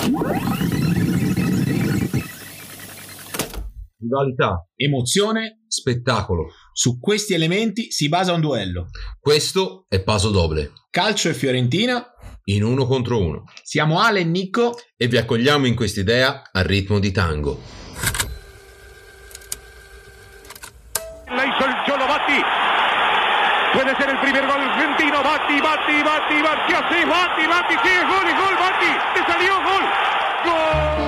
Rivalità, emozione, spettacolo. su questi elementi si basa un duello. Questo è Paso Doble. Calcio e Fiorentina. In 1 contro 1. Siamo Ale e Nico e vi accogliamo in quest'idea a ritmo di tango. La hizo el Cholo Batti. Puede ser el primer gol argentino. Batti, Batti, sí, gol, Batti. Te salió gol. Gol.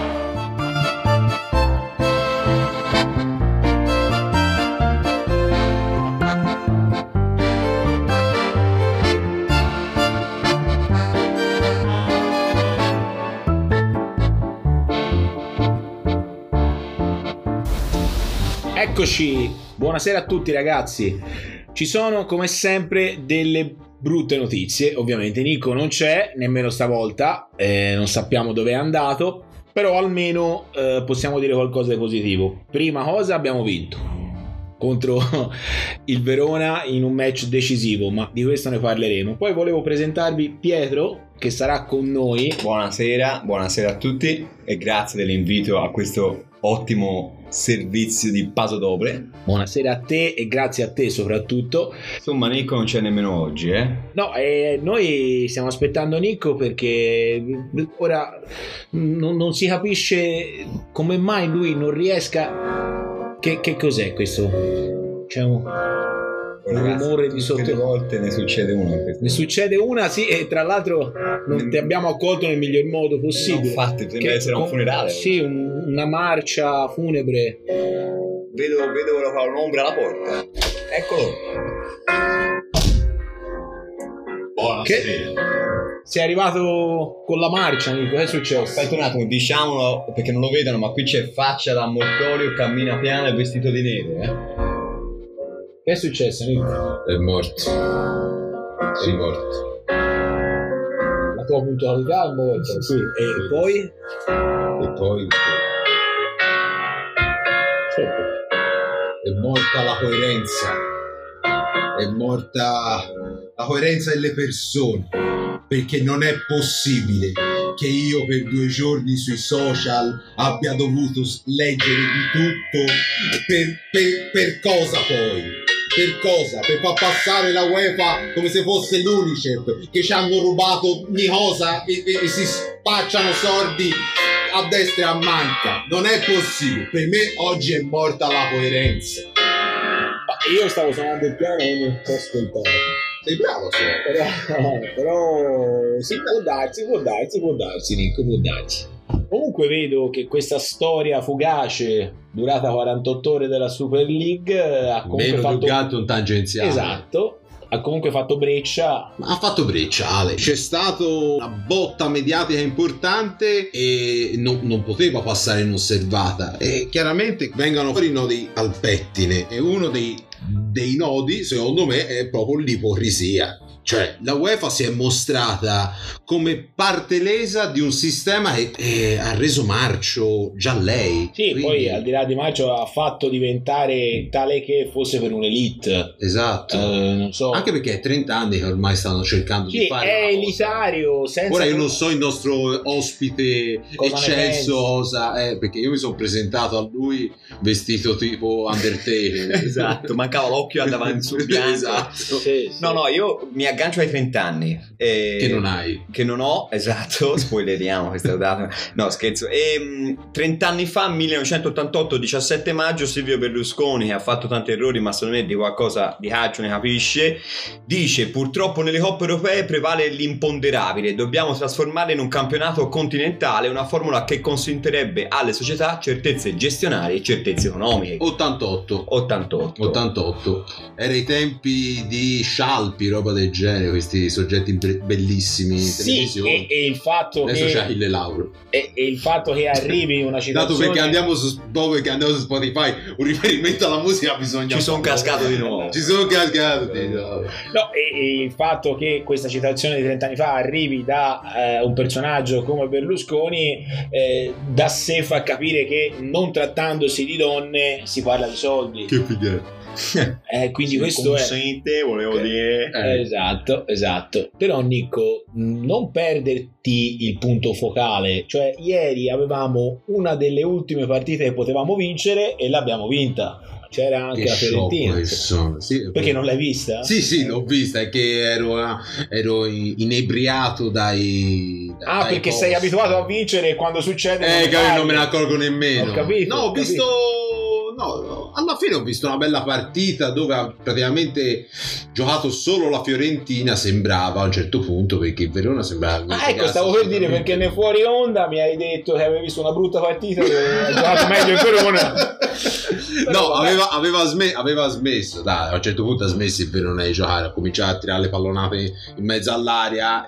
Eccoci, buonasera a tutti ragazzi. Ci sono come sempre delle brutte notizie, ovviamente Nico non c'è, nemmeno stavolta, non sappiamo dove è andato, però almeno possiamo dire qualcosa di positivo. Prima cosa, abbiamo vinto contro il Verona in un match decisivo, ma di questo ne parleremo. Poi volevo presentarvi Pietro, che sarà con noi. Buonasera a tutti e grazie dell'invito a questo ottimo servizio di Paso Doble. Buonasera a te e grazie a te soprattutto. Insomma, Nico non c'è nemmeno oggi, No, noi stiamo aspettando Nico perché ora non si capisce come mai lui non riesca. Che cos'è questo? C'è un rumore di sotto. Tutte le volte ne succede una. Ne succede una, sì, e tra l'altro non ti abbiamo accolto nel miglior modo possibile. Infatti, sembra essere un funerale. Sì, una marcia funebre. Vedo un'ombra alla porta. Eccolo. Che? Sei arrivato con la marcia, Nico, che è successo? Aspetta un attimo, diciamolo perché non lo vedono, ma qui c'è faccia da mortorio, cammina piano e vestito di neve, Che è successo, Nico? È morto. È morto. La tua puntualità è morta, sì. E poi? E poi è morta la coerenza. È morta la coerenza delle persone. Perché non è possibile che io per 2 giorni sui social abbia dovuto leggere di tutto. Per cosa poi? Per cosa? Per far passare la UEFA come se fosse l'Unicef, che ci hanno rubato ogni cosa e si spacciano soldi a destra e a manca. Non è possibile. Per me oggi è morta la coerenza. Io stavo suonando il piano e non sto ascoltando. Sei bravo, però sì, può darsi, Nico, può darsi. Comunque vedo che questa storia fugace durata 48 ore della Super League ha comunque meno fatto un tangenziale. Esatto. Ha comunque fatto breccia. Ha fatto breccia, Ale. C'è stata una botta mediatica importante e non poteva passare inosservata. E chiaramente vengono fuori i nodi al pettine. E uno dei nodi, secondo me, è proprio l'ipocrisia. Cioè, la UEFA si è mostrata come parte lesa di un sistema che ha reso marcio già lei. Sì, quindi... poi al di là di marcio ha fatto diventare tale che fosse per un'elite. Esatto. Non so. Anche perché è 30 anni che ormai stanno cercando di fare. È elitario. Ora io non so il nostro ospite eccelso perché io mi sono presentato a lui vestito tipo Undertaker. Esatto, mancava l'occhio davanti sul bianco. Esatto. Sì. No, io mi aggancio ai 30 anni che non hai, che non ho, esatto. Spoileriamo questa data. No, scherzo. 30 anni fa, 1988, 17 maggio, Silvio Berlusconi, che ha fatto tanti errori ma secondo me di qualcosa di calcio ne capisce, dice: purtroppo nelle coppe europee prevale l'imponderabile, dobbiamo trasformarle in un campionato continentale, una formula che consentirebbe alle società certezze gestionali e certezze economiche. 88 era i tempi di Scialpi, roba del genere, questi soggetti bellissimi in televisione. E il fatto adesso che c'è Achille Lauro e il fatto che arrivi in una situazione, dato perché andiamo su Spotify, un riferimento alla musica bisogna, ci sono cascato di nuovo. No, e il fatto che questa citazione di 30 anni fa arrivi da un personaggio come Berlusconi da sé fa capire che non trattandosi di donne si parla di soldi. Che figata. Quindi Se questo consente, volevo dire. Esatto. Però Nico, non perderti il punto focale, cioè ieri avevamo una delle ultime partite che potevamo vincere e l'abbiamo vinta. C'era anche la Fiorentina. Sì, perché non l'hai vista? Sì, l'ho vista, è che ero inebriato dai perché post. sei abituato a vincere e quando succede non me ne accorgo nemmeno. Ho capito. No, ho visto. No, alla fine ho visto una bella partita dove ha praticamente giocato solo la Fiorentina, sembrava a un certo punto, perché il Verona sembrava. Stavo per dire, perché nei fuori onda mi hai detto che avevi visto una brutta partita, che hai giocato meglio il Verona. No, aveva smesso, dai, a un certo punto ha smesso il Verona di giocare, ha cominciato a tirare le pallonate in mezzo all'aria.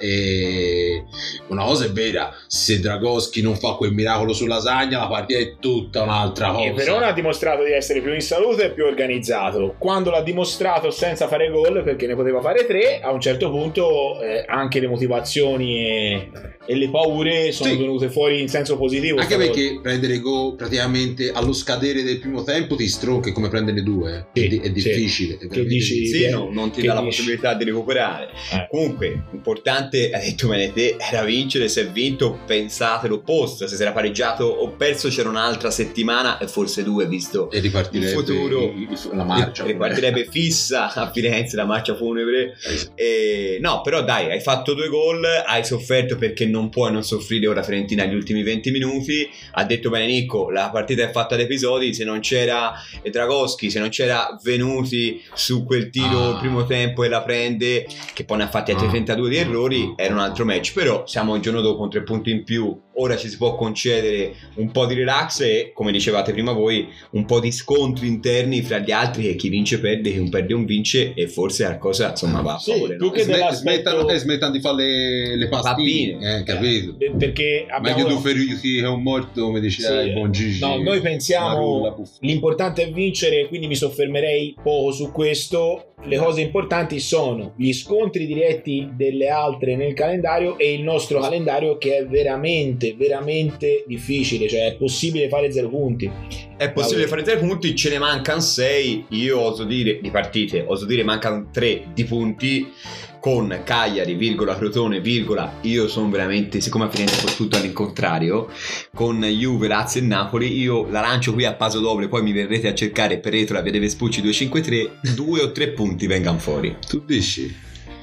E una cosa è vera, se Dragoschi non fa quel miracolo sulla Lasagna, la partita è tutta un'altra cosa. Il Verona ha dimostrato di essere più in salute e più organizzato. Quando l'ha dimostrato senza fare gol, perché ne poteva fare 3, a un certo punto anche le motivazioni e le paure sono venute fuori in senso positivo. Anche perché prendere gol praticamente allo scadere del primo tempo ti stronca, come prendere 2 è difficile. È che dici? Sì, non ti dà la possibilità di recuperare. Comunque importante, ha detto bene te, era vincere. Se è vinto, pensate l'opposto, se si era pareggiato o perso c'era un'altra settimana e forse 2, visto e ripartirebbe il futuro, la marcia ripartirebbe fissa a Firenze, la marcia funebre. No, però dai, hai fatto 2 gol, hai sofferto perché non puoi non soffrire ora Fiorentina agli ultimi 20 minuti. Ha detto bene Nico, la partita è fatta ad episodi, se non c'era Dragoschi, se non c'era Venuti su quel tiro primo tempo e la prende, che poi ne ha fatti altri 32 di errori, era un altro match. Però siamo il giorno dopo con 3 punti in più, ora ci si può concedere un po' di relax e, come dicevate prima voi, un po' di scontri interni fra gli altri, che chi vince perde, chi un perde un vince, e forse la cosa insomma va a favore, più che smettano di fare le pastine, capito? Perché abbiamo meglio 2 feriti che un morto, come diceva il buon Gigi. No, noi pensiamo l'importante è vincere, quindi mi soffermerei poco su questo. Le cose importanti sono gli scontri diretti delle altre nel calendario e il nostro calendario, che è veramente difficile, cioè è possibile fare 0 punti. È possibile fare 3 punti, ce ne mancano 6, io oso dire, di partite, mancano 3 di punti, con Cagliari, virgola, Crotone, virgola, io sono veramente, siccome a Firenze ho tutto all'incontrario, con Juve, Lazio e Napoli, io la lancio qui a paso doble, poi mi verrete a cercare per retro, via dei Vespucci 253, 2 o 3 punti vengano fuori. Tu dici?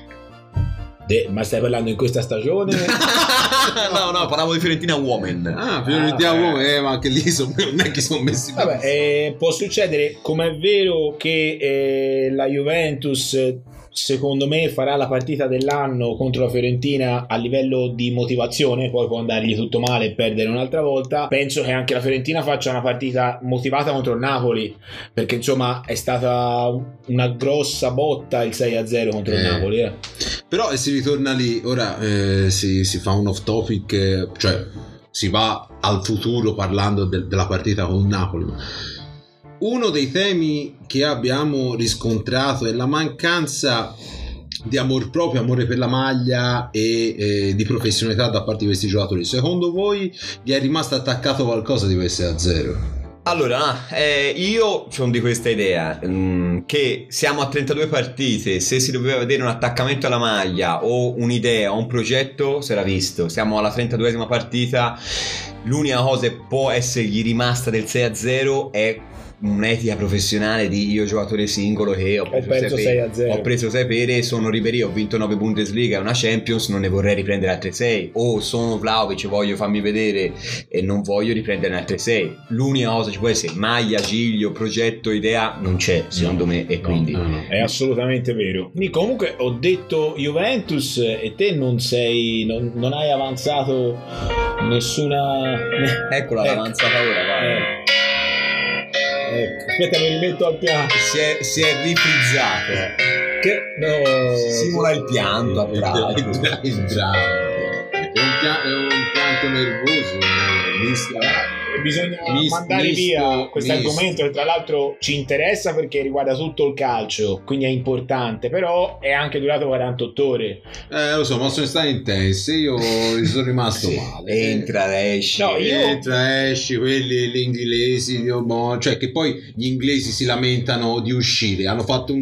Ma stai parlando in questa stagione? No, parlavo di Fiorentina Women. Fiorentina Women, ma anche lì non è che sono messi bene. Può succedere, come è vero che la Juventus secondo me farà la partita dell'anno contro la Fiorentina a livello di motivazione, poi può andargli tutto male e perdere un'altra volta. Penso che anche la Fiorentina faccia una partita motivata contro il Napoli, perché insomma è stata una grossa botta il 6-0 contro il Napoli. Però si ritorna lì, ora si fa un off topic, cioè si va al futuro parlando della partita con Napoli. Uno dei temi che abbiamo riscontrato è la mancanza di amor proprio, amore per la maglia e di professionalità da parte di questi giocatori. Secondo voi gli è rimasto attaccato qualcosa di quel 6-0? Allora, io sono di questa idea, che siamo a 32 partite, se si doveva vedere un attaccamento alla maglia o un'idea o un progetto, si era visto. Siamo alla 32esima partita, l'unica cosa che può essergli rimasta del 6-0 è un'etica professionale di io giocatore singolo che ho preso 6-0, ho preso 6 pere, sono Ribéry, ho vinto 9 Bundesliga e una Champions, non ne vorrei riprendere altre 6, o sono Vlahovic, voglio farmi vedere e non voglio riprendere altre 6. L'unica cosa ci può essere maglia, giglio, progetto, idea, non c'è secondo me, e quindi no. È assolutamente vero. Nico, comunque ho detto Juventus e te non hai avanzato nessuna. Eccola l'avanzata ora, vai. Aspetta, mi rimetto al piano. Si è rifrizzato. Che no. Simula il pianto atrás. Il dramma. È un pianto nervoso. bisogna mandare via questo argomento, che tra l'altro ci interessa perché riguarda tutto il calcio, quindi è importante, però è anche durato 48 ore. Lo so, ma sono state intense, io sono rimasto male. Entra, esci. No, Entra, esci, quelli gli inglesi, cioè che poi gli inglesi si lamentano di uscire, hanno fatto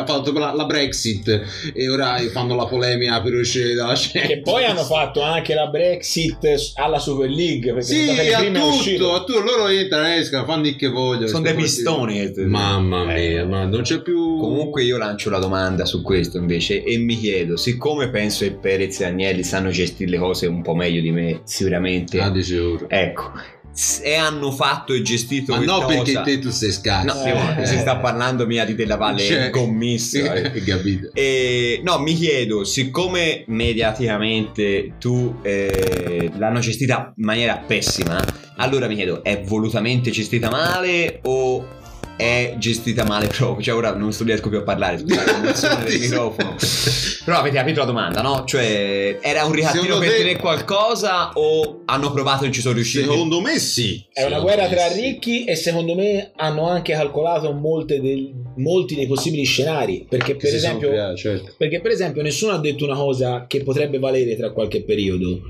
la Brexit e ora fanno la polemica per uscire dalla Champions. E poi hanno fatto anche la Brexit alla Super League, perché sì, sono state le prime a uscire. a tutto, loro entrano, escono, fanno di che vogliono. Sono dei pistoni. Mamma mia, ma non c'è più. Comunque io lancio la domanda su questo invece e mi chiedo, siccome penso che Perez e Agnelli sanno gestire le cose un po' meglio di me, sicuramente. Di sicuro. Ecco. E hanno fatto e gestito ma questa no, perché cosa. te tu sei scarso. No, si sta parlando mia di Della Valle commisso. Capito? No, mi chiedo, siccome mediaticamente tu l'hanno gestita in maniera pessima, allora mi chiedo, è volutamente gestita male o è gestita male proprio? Cioè ora non riesco più a parlare, scusate, l'emozione del microfono. Però avete capito la domanda, no? Cioè era un ricattino per dire qualcosa o hanno provato e non ci sono riusciti? Secondo me sì. È una guerra tra ricchi e secondo me hanno anche calcolato molti dei possibili scenari, perché per esempio perché per esempio nessuno ha detto una cosa che potrebbe valere tra qualche periodo.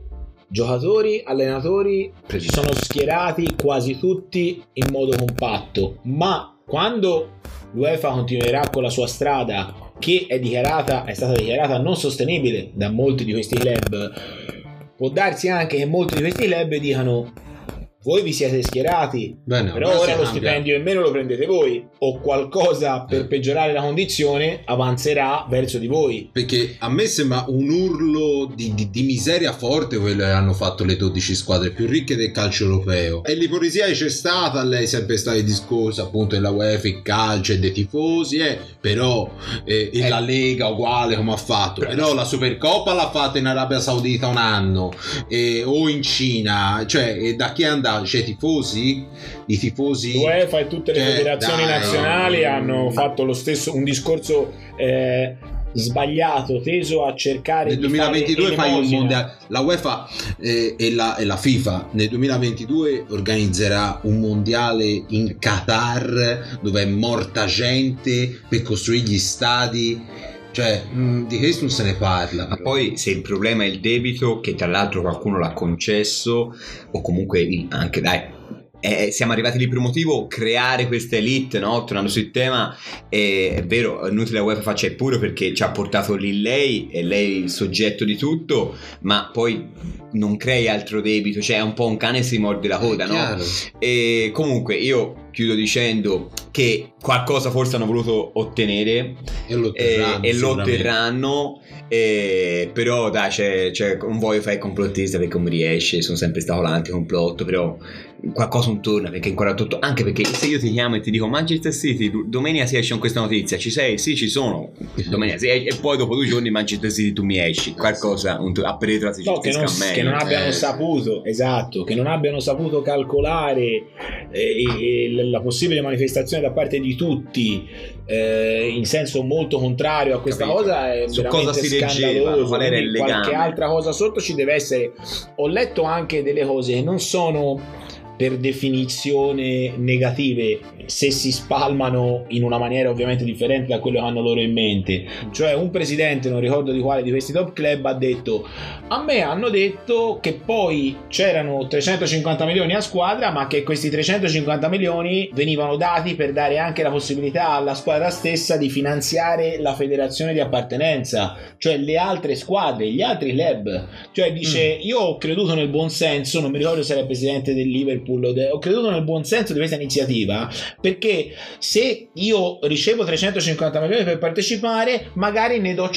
Giocatori, allenatori si sono schierati quasi tutti in modo compatto, ma quando l'UEFA continuerà con la sua strada, che è stata dichiarata non sostenibile da molti di questi club, può darsi anche che molti di questi club dicano: voi vi siete schierati, però ora lo stipendio in meno lo prendete voi, o qualcosa per peggiorare la condizione avanzerà verso di voi. Perché a me sembra un urlo di miseria forte quello che hanno fatto le 12 squadre più ricche del calcio europeo. E l'ipocrisia c'è stata, lei è sempre stato il discorso appunto della UEFA, il calcio e dei tifosi, però la Lega uguale come ha fatto, però la Supercoppa l'ha fatta in Arabia Saudita un anno, o in Cina, cioè da chi è andato? Cioè i tifosi l'UEFA e tutte le federazioni nazionali hanno fatto lo stesso, un discorso sbagliato teso a cercare nel di 2022 fare fai un mondiale. La UEFA e la FIFA nel 2022 organizzerà un mondiale in Qatar dove è morta gente per costruire gli stadi. Cioè, di questo non se ne parla. Ma poi se il problema è il debito, che tra l'altro qualcuno l'ha concesso, o comunque anche siamo arrivati lì per un motivo, creare questa elite, no? Tornando sul tema, è vero, è inutile la UEFA faccia il puro perché ci ha portato lì lei, è lei il soggetto di tutto, ma poi non crei altro debito, cioè è un po' un cane si morde la coda, no? E comunque io chiudo dicendo che qualcosa forse hanno voluto ottenere e lo otterranno, però dai, c'è non voglio fare il complottista perché non mi riesce, sono sempre stato l'anticomplotto, però qualcosa non torna, perché in 48, anche perché se io ti chiamo e ti dico Manchester City domenica si esce con questa notizia, ci sei? Sì, ci sono, domenica si esce, e poi dopo 2 giorni Manchester City tu mi esci, qualcosa a periodo si gestisca meglio, che non abbiano saputo, esatto, che non abbiano saputo calcolare la possibile manifestazione da parte di tutti in senso molto contrario a questa cosa è su veramente cosa si scandaloso. Qual era il legame? Qualche altra cosa sotto ci deve essere. Ho letto anche delle cose che non sono per definizione negative se si spalmano in una maniera ovviamente differente da quello che hanno loro in mente. Cioè un presidente, non ricordo di quale di questi top club, ha detto: a me hanno detto che poi c'erano 350 milioni a squadra, ma che questi 350 milioni venivano dati per dare anche la possibilità alla squadra stessa di finanziare la federazione di appartenenza, cioè le altre squadre, gli altri club. Cioè dice: io ho creduto nel buon senso, non mi ricordo se era il presidente del Liverpool, ho creduto nel buon senso di questa iniziativa, perché se io ricevo 350 milioni per partecipare, magari ne do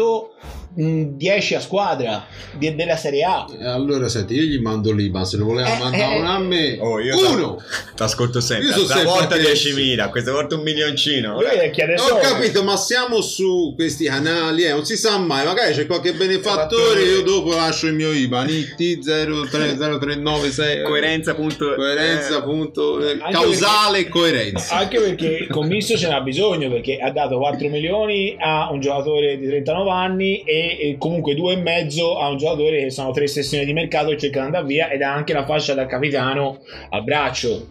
10 a squadra della Serie A. Allora senti, io gli mando l'IBAN, se lo voleva mandare uno a me, uno t'ascolto sempre, io questa volta 10.000, questa volta 1 milioncino. Ho capito, ma siamo su questi canali, non si sa mai, magari c'è qualche benefattore, io dopo lascio il mio IBAN IT0303996 coerenza punto causale e coerenza, anche perché il commisso ce n'ha bisogno, perché ha dato 4 milioni a un giocatore di 39 anni e e comunque 2,5 a un giocatore che sono 3 sessioni di mercato e cerca di andare via, ed ha anche la fascia da capitano al braccio.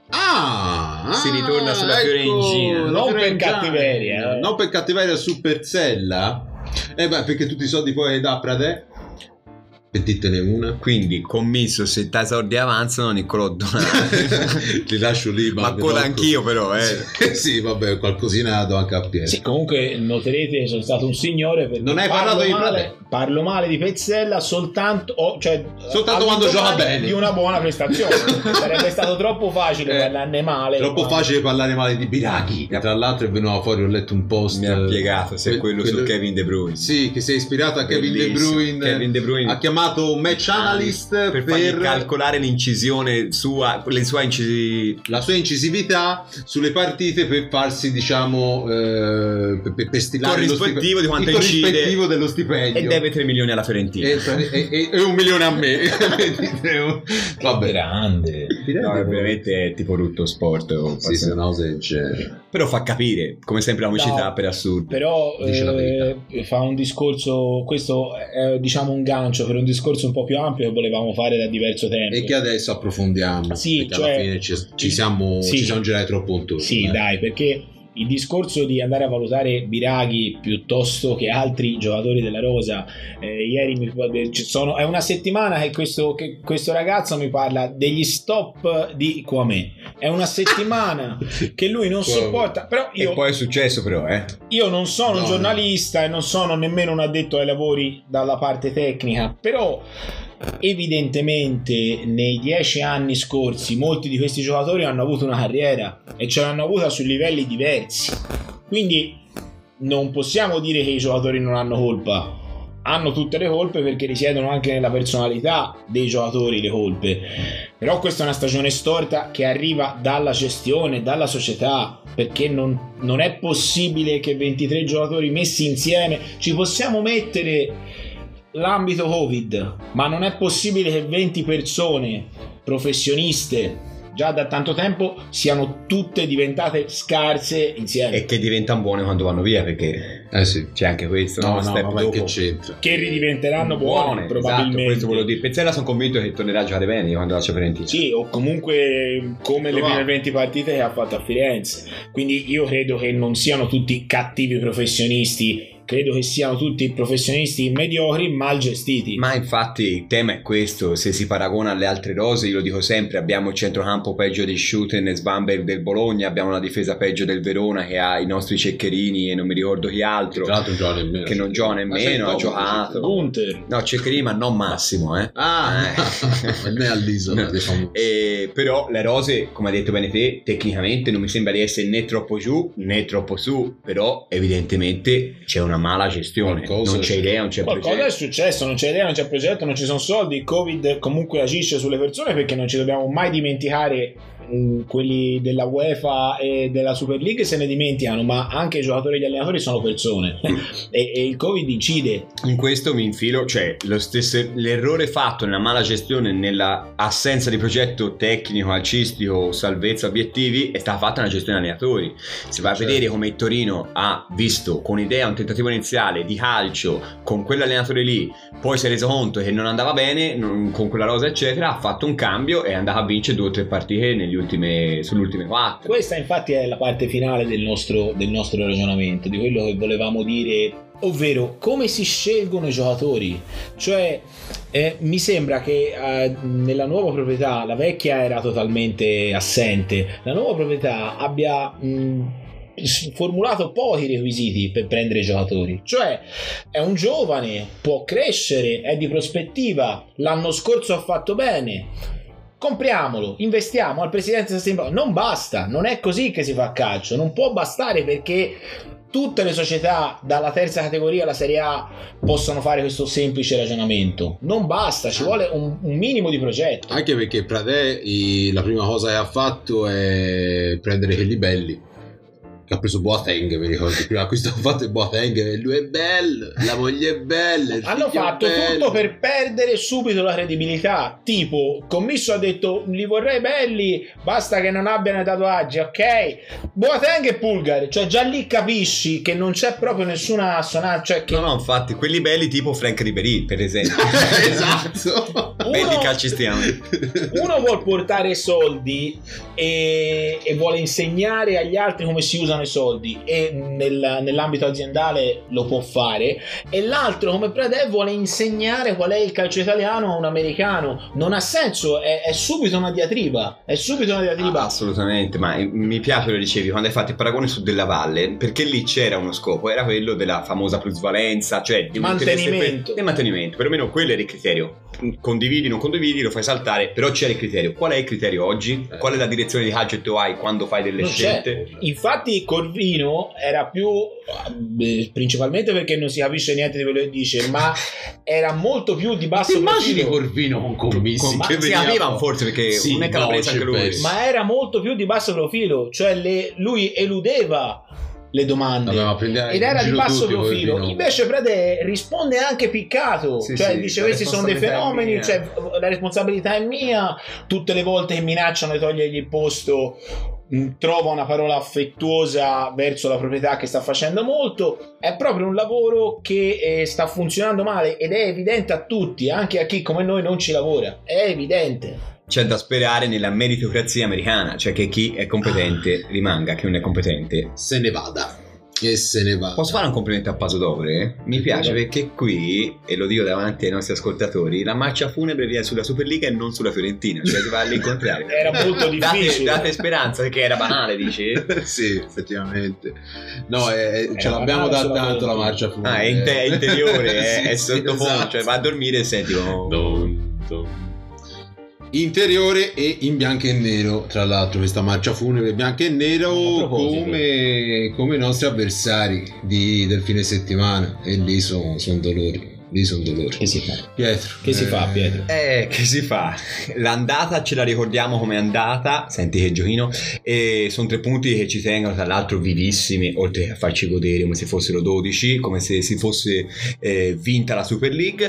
Si ritorna sulla Fiorentina, non per cattiveria, non per cattiveria su Perzella, perché tutti i soldi poi da Pradè. E dittene una. Quindi commesso, se i soldi avanzano, Niccolò Donati li lascio lì, ma quello anch'io però sì, vabbè, qualcosina do anche a Piero. Sì, comunque noterete che sono stato un signore, perché non hai parlato di Pradè. Parlo male di Pezzella soltanto quando gioca bene, di una buona prestazione. Sarebbe stato troppo facile parlarne male, troppo facile parlare male di Biraghi, che tra l'altro è venuto fuori, ho letto un post, mi ha piegato se quello su Kevin De Bruyne, sì, che si è ispirato a Kevin De Bruyne ha chiamato match analyst per fargli calcolare l'incisione sua, la sua incisività sulle partite, per farsi, diciamo, per stilare corrispettivo di quanto il incide, corrispettivo dello stipendio, e deve 3 milioni alla Fiorentina e 1 milione a me. Vabbè, grande. No, veramente è tipo rutto sport, sì, però fa capire, come sempre, la comicità per assurdo. Però dice la verità. Fa un discorso, questo è, diciamo, un gancio per un discorso un po' più ampio che volevamo fare da diverso tempo e che adesso approfondiamo, sì, perché alla fine ci siamo girati troppo intorno. Sì, dai, perché il discorso di andare a valutare Biraghi piuttosto che altri giocatori della rosa, ieri è una settimana che questo ragazzo mi parla degli stop di Kwame, è una settimana che lui non sopporta, però e poi è successo, però io non sono un giornalista e non sono nemmeno un addetto ai lavori dalla parte tecnica, però evidentemente nei 10 anni scorsi molti di questi giocatori hanno avuto una carriera e ce l'hanno avuta su livelli diversi, quindi non possiamo dire che i giocatori non hanno colpa, hanno tutte le colpe, perché risiedono anche nella personalità dei giocatori le colpe, però questa è una stagione storta che arriva dalla gestione, dalla società, perché non è possibile che 23 giocatori messi insieme, ci possiamo mettere l'ambito Covid, ma non è possibile che 20 persone professioniste già da tanto tempo siano tutte diventate scarse insieme e che diventano buone quando vanno via, perché sì, c'è anche questo step dopo che c'entra, che ridiventeranno buone probabilmente. Esatto, questo volevo dire. Pezzella sono convinto che tornerà a giocare bene quando lascia Fiorentina, sì, o comunque come le prime 20 partite che ha fatto a Firenze, quindi io credo che non siano tutti cattivi professionisti, credo che siano tutti professionisti mediocri mal gestiti. Ma infatti il tema è questo, se si paragona alle altre rose, io lo dico sempre, abbiamo il centrocampo peggio di Schutten e Svanberg del Bologna, abbiamo la difesa peggio del Verona che ha i nostri Ceccherini e non mi ricordo chi altro, tra l'altro che non gioca nemmeno, ha giocato Gunter, no, Ceccherini, ma non Massimo me all'isola, diciamo. Però le rose, come hai detto bene te, tecnicamente non mi sembra di essere né troppo giù né troppo su, però evidentemente c'è una mala gestione, non c'è idea, non c'è qualcosa progetto. È successo, non c'è idea, non c'è progetto, non ci sono soldi. Il Covid comunque agisce sulle persone, perché non ci dobbiamo mai dimenticare, quelli della UEFA e della Super League se ne dimenticano, ma anche i giocatori e gli allenatori sono persone e il Covid incide. In questo mi infilo, cioè l'errore fatto nella mala gestione, nella assenza di progetto tecnico, calcistico, salvezza, obiettivi, è stata fatta una gestione allenatori. Se vai a vedere come il Torino ha visto con idea un tentativo iniziale di calcio con quell'allenatore lì, poi si è reso conto che non andava bene con quella rosa eccetera, ha fatto un cambio e è andato a vincere 2 o 3 partite sulle ultime 4. Questa infatti è la parte finale del nostro ragionamento, di quello che volevamo dire, ovvero come si scelgono i giocatori. Cioè mi sembra che nella nuova proprietà, la vecchia era totalmente assente, la nuova proprietà abbia formulato pochi requisiti per prendere i giocatori, cioè è un giovane, può crescere, è di prospettiva, l'anno scorso ha fatto bene, compriamolo, investiamo, al presidente non basta, non è così che si fa calcio, non può bastare, perché tutte le società dalla terza categoria alla Serie A possono fare questo semplice ragionamento, non basta, ci vuole un minimo di progetto, anche perché Pradè la prima cosa che ha fatto è prendere quelli belli che ha preso Boateng, mi ricordo, il primo acquisto che ha fatto è Boateng, e lui è bello, la moglie è bella, hanno fatto tutto per perdere subito la credibilità. Tipo, Commisso ha detto li vorrei belli, basta che non abbiano tatuaggi, ok? Boateng e Pulgar, cioè già lì capisci che non c'è proprio nessuna assonanza, cioè che No, infatti, quelli belli tipo Frank Ribéry, per esempio. Esatto. Belli calcistiani. uno vuol portare soldi e vuole insegnare agli altri come si usano i soldi, e nell'ambito aziendale lo può fare, e l'altro come Pradè vuole insegnare qual è il calcio italiano a un americano. Non ha senso, è subito una diatriba, Assolutamente, ma mi piace lo dicevi quando hai fatto il paragone su Della Valle, perché lì c'era uno scopo, era quello della famosa plusvalenza, cioè di mantenimento. Del mantenimento, perlomeno quello era il criterio. Condividi, non condividi, lo fai saltare, però c'era il criterio. Qual è il criterio oggi? Qual è la direzione di calcio che tu hai quando fai delle Non scelte? c'è. Infatti Corvino era più principalmente perché non si capisce niente di quello che dice, ma era molto più di basso Immagini profilo. Corvino con Commissi Ma che si veniva avevano fuori. forse, perché Sì, non è calabrese anche lui. penso. Ma era molto più di basso profilo, cioè lui eludeva le domande ed era di basso profilo. Invece Pradè risponde anche piccato, Sì, cioè sì, dice la questi sono dei responsabilità è fenomeni, mia. cioè la responsabilità è mia. Tutte le volte che minacciano di togliergli il posto trova una parola affettuosa verso la proprietà che sta facendo molto. È proprio un lavoro che sta funzionando male ed è evidente a tutti, anche a chi come noi non ci lavora, è evidente. C'è da sperare nella meritocrazia americana, cioè che chi è competente rimanga, chi non è competente se ne vada. E se ne va. Posso fare un complimento a Paso Dovre? Mi piace perché qui, e lo dico davanti ai nostri ascoltatori, la marcia funebre viene sulla Superliga e non sulla Fiorentina, cioè si va all'incontrario. Era molto difficile. Date speranza, perché era banale, dici? Sì, effettivamente. No, ce Era l'abbiamo da banale tanto sulla la marcia funebre. Ah, è interiore, Sì, è sì, sottofondo, esatto. cioè va a dormire e senti interiore e in bianco e nero, tra l'altro questa marcia funebre bianco e nero A proposito. come i nostri avversari del fine settimana, e lì sono dolori. Lì sono dolori. Che si fa? Pietro. Che si fa, Pietro? che si fa? L'andata ce la ricordiamo come è andata, senti che giochino, e sono 3 punti che ci tengono, tra l'altro vivissimi, oltre a farci godere come se fossero 12, come se si fosse vinta la Super League.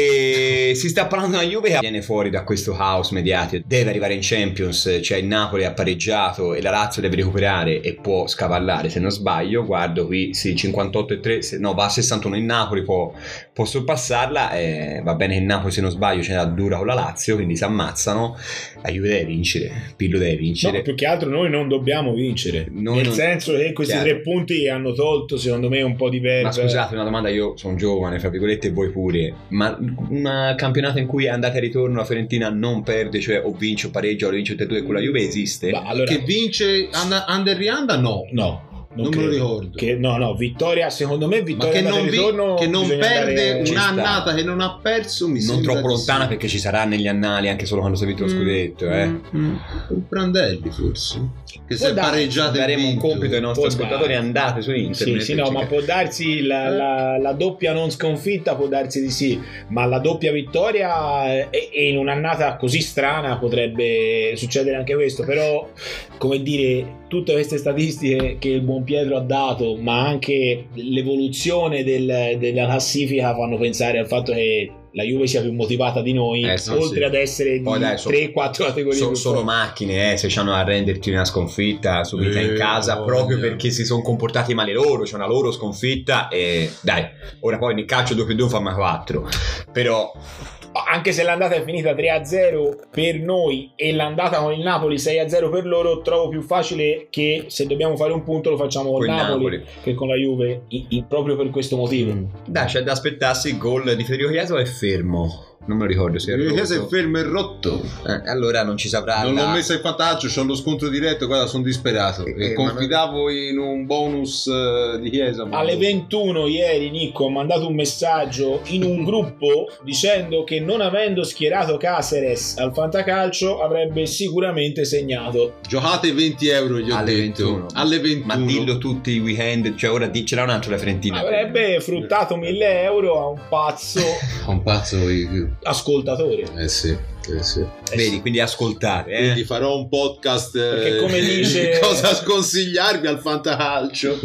E si sta parlando della Juve che viene fuori da questo caos mediatico, deve arrivare in Champions, cioè il Napoli ha pareggiato e la Lazio deve recuperare e può scavallare, se non sbaglio, guardo qui, sì, 58,3, no, va a 61 in Napoli, può sorpassarla, va bene che il Napoli, se non sbaglio, ce n'ha dura con la Lazio, quindi si ammazzano. La Juve deve vincere, Pirlo deve vincere. No, più che altro noi non dobbiamo vincere, nel senso che questi Chiaro. 3 punti hanno tolto secondo me un po' di verve. Ma scusate, una domanda, io sono giovane, fra virgolette, e voi pure, ma un campionato in cui andate e ritorno la Fiorentina non perde, cioè o vince o pareggia o vince tutte e due con la Juve, esiste? Ma allora, Che vince under rianda? No. no, Non me lo ricordo. No, vittoria, secondo me Ma vittoria che non, ritorno che non bisogna perde andare- Ci sta. un'annata che non ha perso, mi Non sembra troppo di lontana, sì. perché ci sarà negli annali anche solo quando si è vinto lo scudetto, Un Prandelli forse, che si Può è darsi, pareggiato e daremo un vinto. compito ai nostri Può ascoltatori, darsi. andate su internet. Sì, no, ma può darsi la doppia non sconfitta, può darsi di sì, ma la doppia vittoria e in un'annata così strana potrebbe succedere anche questo. Però, come dire, tutte queste statistiche che il buon Pietro ha dato, ma anche l'evoluzione della classifica, fanno pensare al fatto che la Juve sia più motivata di noi, Sì, oltre sì. ad essere di Poi dai, 3-4 categorie sono più solo forti. macchine, se c'hanno a renderti una sconfitta subita in casa, no, proprio no. perché si sono comportati male loro, c'è una loro sconfitta e dai, ora poi nel calcio 2+2 fa 4, però Anche se l'andata è finita 3-0 per noi e l'andata con il Napoli 6-0 per loro, trovo più facile che se dobbiamo fare un punto lo facciamo con Con il Napoli che con la Juve, proprio per questo motivo. dai, c'è da aspettarsi. Il gol di Federico Chiesa è fermo, non me lo ricordo se è Il rotto. Chiesa è fermo e rotto. Allora non ci saprà Non l'ho messo in vantaggio, c'ho lo scontro diretto, guarda, sono disperato. E confidavo in un bonus di Chiesa. ma- Alle 21 ieri Nico ha mandato un messaggio in un gruppo dicendo che non avendo schierato Caceres al fantacalcio avrebbe sicuramente segnato. Giocate 20 euro, gli ho alle detto. 21. Alle 21. Ma dillo tutti i weekend, cioè ora ce l'ha un altro la Fiorentina. Avrebbe fruttato 1.000 euro a un pazzo Un pazzo. ascoltatore. Sì. sì. Vedi, quindi ascoltate. Quindi farò un podcast Perché come dice cosa sconsigliarvi al fantacalcio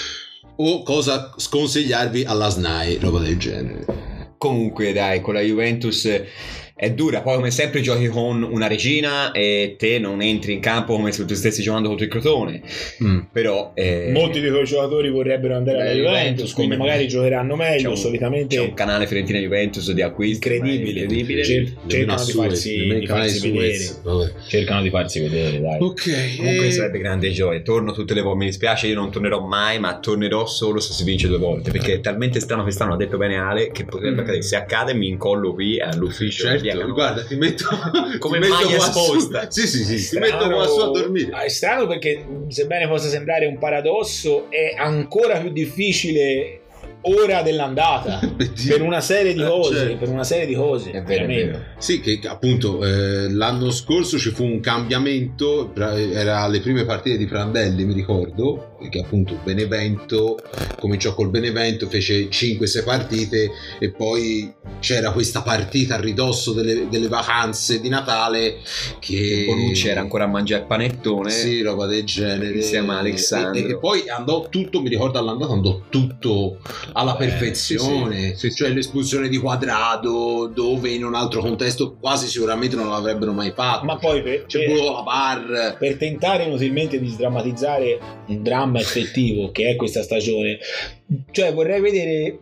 o cosa sconsigliarvi alla SNAI, roba del genere. Comunque dai, con la Juventus è dura, poi come sempre giochi con una regina e te non entri in campo come se tu stessi giocando contro il Crotone. Però molti dei tuoi giocatori vorrebbero andare alla Juventus, quindi magari giocheranno meglio. Solitamente c'è un canale Fiorentina Juventus di acquisto incredibile. Cercano di farsi vedere. Cercano di farsi vedere, dai. Ok, comunque sarebbe grande gioia. Torno tutte le volte, mi dispiace, io non tornerò mai, ma tornerò solo se si vince 2 volte, perché è talmente strano quest'anno, ha detto bene Ale, che potrebbe accadere. Se accade mi incollo qui all'ufficio. Certo, guarda, ti metto come maglia esposta. Sì, ti metto qua su a dormire. È strano perché, sebbene possa sembrare un paradosso, è ancora più difficile ora dell'andata per una serie di cose, certo. Per una serie di cose, è vero. Sì, che appunto l'anno scorso ci fu un cambiamento, era alle prime partite di Prandelli, mi ricordo, perché appunto Benevento cominciò col Benevento, fece 5-6 partite e poi c'era questa partita a ridosso delle vacanze di Natale che Bonucci era ancora a mangiare il panettone, sì, roba del genere, insieme a Alessandro, e poi andò tutto, mi ricordo all'andata andò tutto alla perfezione, sì. Cioè l'espulsione di Quadrado, dove in un altro contesto quasi sicuramente non l'avrebbero mai fatto, ma poi c'è pure la VAR per tentare inutilmente di sdrammatizzare un dramma effettivo che è questa stagione. Cioè vorrei vedere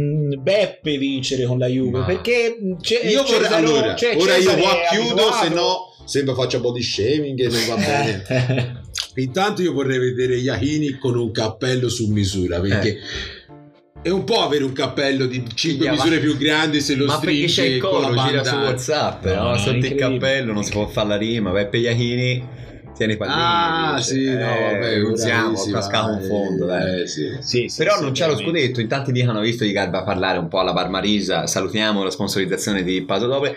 Beppe vincere con la Juve, perché io vorrei, allora ora io qua chiudo, se no sempre faccio body shaming e non va bene. Intanto io vorrei vedere Iachini con un cappello su misura, perché è un po' avere un cappello di 5 misure più grandi se lo stringi, perché c'è il con la gira banda su WhatsApp, no? Sotto il cappello non si può fare la rima. Beppe Iachini tiene i pallini, sì, no, vabbè, usiamo cascato un fondo, dai. Sì, però non c'è lo scudetto. In tanti dicono, visto di Garba parlare un po' alla Parmarisa, salutiamo la sponsorizzazione di Paso Dope.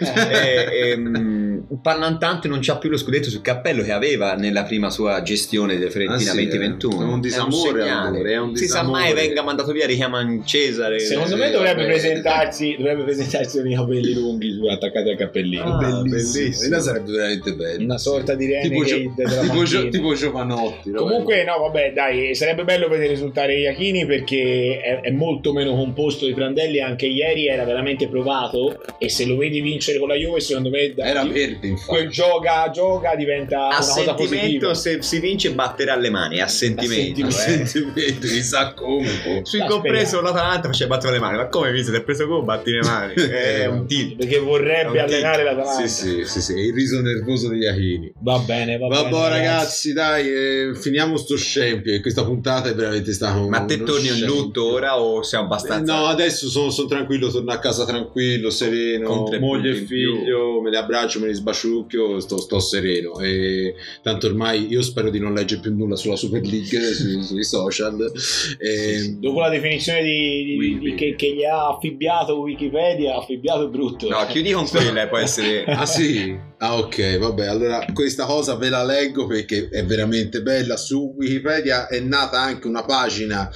Parlantante non c'ha più lo scudetto sul cappello che aveva nella prima sua gestione della Fiorentina 2021. È un disamore, è un si sa mai venga mandato via, richiamano Cesare. Secondo me dovrebbe presentarsi con i capelli lunghi attaccati al cappellino. Bellissimo. Sarebbe veramente bello. Una sorta di Renegade tipo Giovanotti. Comunque no, vabbè, dai, sarebbe bello vedere risultare Iachini, perché è molto meno composto di Prandelli. Anche ieri era veramente provato, e se lo vedi vincere con la Juve, secondo me era verde, infatti. Quel gioca diventa una cosa positiva. Se si vince batterà le mani, assentimento. Chissà come. Sul compreso l'Atalanta faceva battere le mani, ma come visto, ti hai preso come batti le mani? È un tilt, perché vorrebbe allenare l'Atalanta. Sì, è il riso nervoso degli Iachini. Va bene, ragazzi, dai, finiamo sto scempio, e questa puntata è veramente stata ma te torni in lutto ora o siamo abbastanza? No, adesso sono tranquillo, torno a casa tranquillo, sereno, moglie e figlio, me li abbraccio, me li sbaciucchio, sto sereno, e tanto ormai io spero di non leggere più nulla sulla Super League sui social. Dopo la definizione che gli ha affibbiato Wikipedia, affibbiato è brutto. No, chiudi con quella, può essere. Ah sì? Ah ok, vabbè, allora questa cosa ve la leggo perché è veramente bella. Su Wikipedia è nata anche una pagina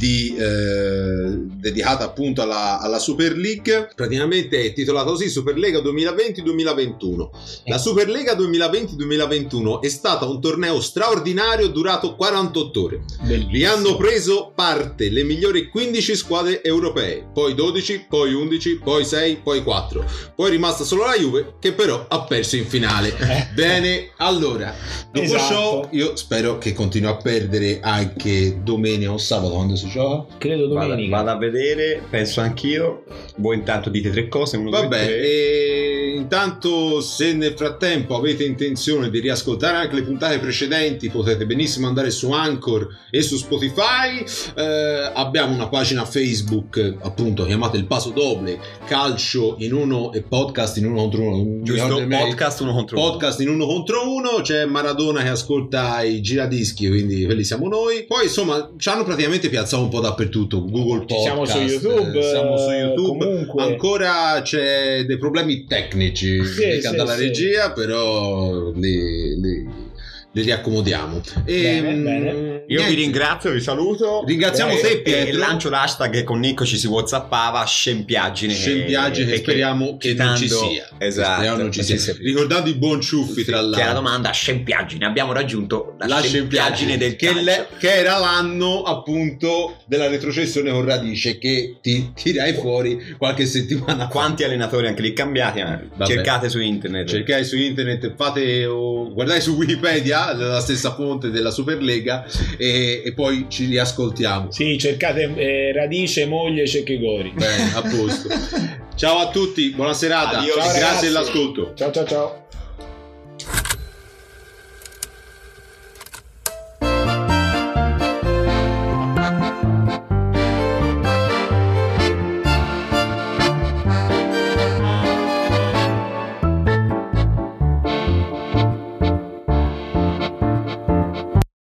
dedicata appunto alla Super League, praticamente è titolata così: Superlega 2020-2021. La Superlega 2020-2021 è stata un torneo straordinario durato 48 ore. Bellissimo. Vi hanno preso parte le migliori 15 squadre europee, poi 12, poi 11, poi 6, poi 4. Poi è rimasta solo la Juve, che però ha perso in finale. Bene, allora, dopo ciò io spero che continui a perdere anche domenica o sabato quando si gioca. Credo domenica. Vado a vedere, penso anch'io. Voi intanto dite 3 cose. Vabbè, e intanto se nel frattempo avete intenzione di riascoltare anche le puntate precedenti, potete benissimo andare su Anchor e su Spotify. Abbiamo una pagina Facebook appunto chiamata Il Paso Doble, calcio in uno e podcast in uno contro uno. Giusto, podcast uno contro uno. Podcast in uno contro uno. C'è Maradona che ascolta i giradischi, quindi quelli siamo noi. Poi insomma ci hanno praticamente piazzato un po' dappertutto. Google Podcast, siamo su YouTube, comunque. Ancora c'è dei problemi tecnici dalla regia, però lì le riaccomodiamo. Bene. Io vi ringrazio, vi saluto. Ringraziamo te, Pietro. E lancio l'hashtag che con Nico ci si whatsappava, scempiaggine. Che speriamo che non ci sia. Esatto. Speriamo non ci sia. Ricordando i buon ciuffi, tra l'altro. Che è la domanda, scempiaggine. Abbiamo raggiunto la scempiaggine del che era l'anno appunto della retrocessione con Radice, che ti tirai fuori qualche settimana fa. Quanti allenatori anche lì cambiati? Cercate su internet. Cercate su internet, guardate su Wikipedia, la stessa fonte della Superlega, e poi ci riascoltiamo. Sì, cercate Radice, moglie, Cecchegori. Bene, a posto. Ciao a tutti, buona serata. Adios. Grazie Ragazzi. dell'ascolto. Ciao.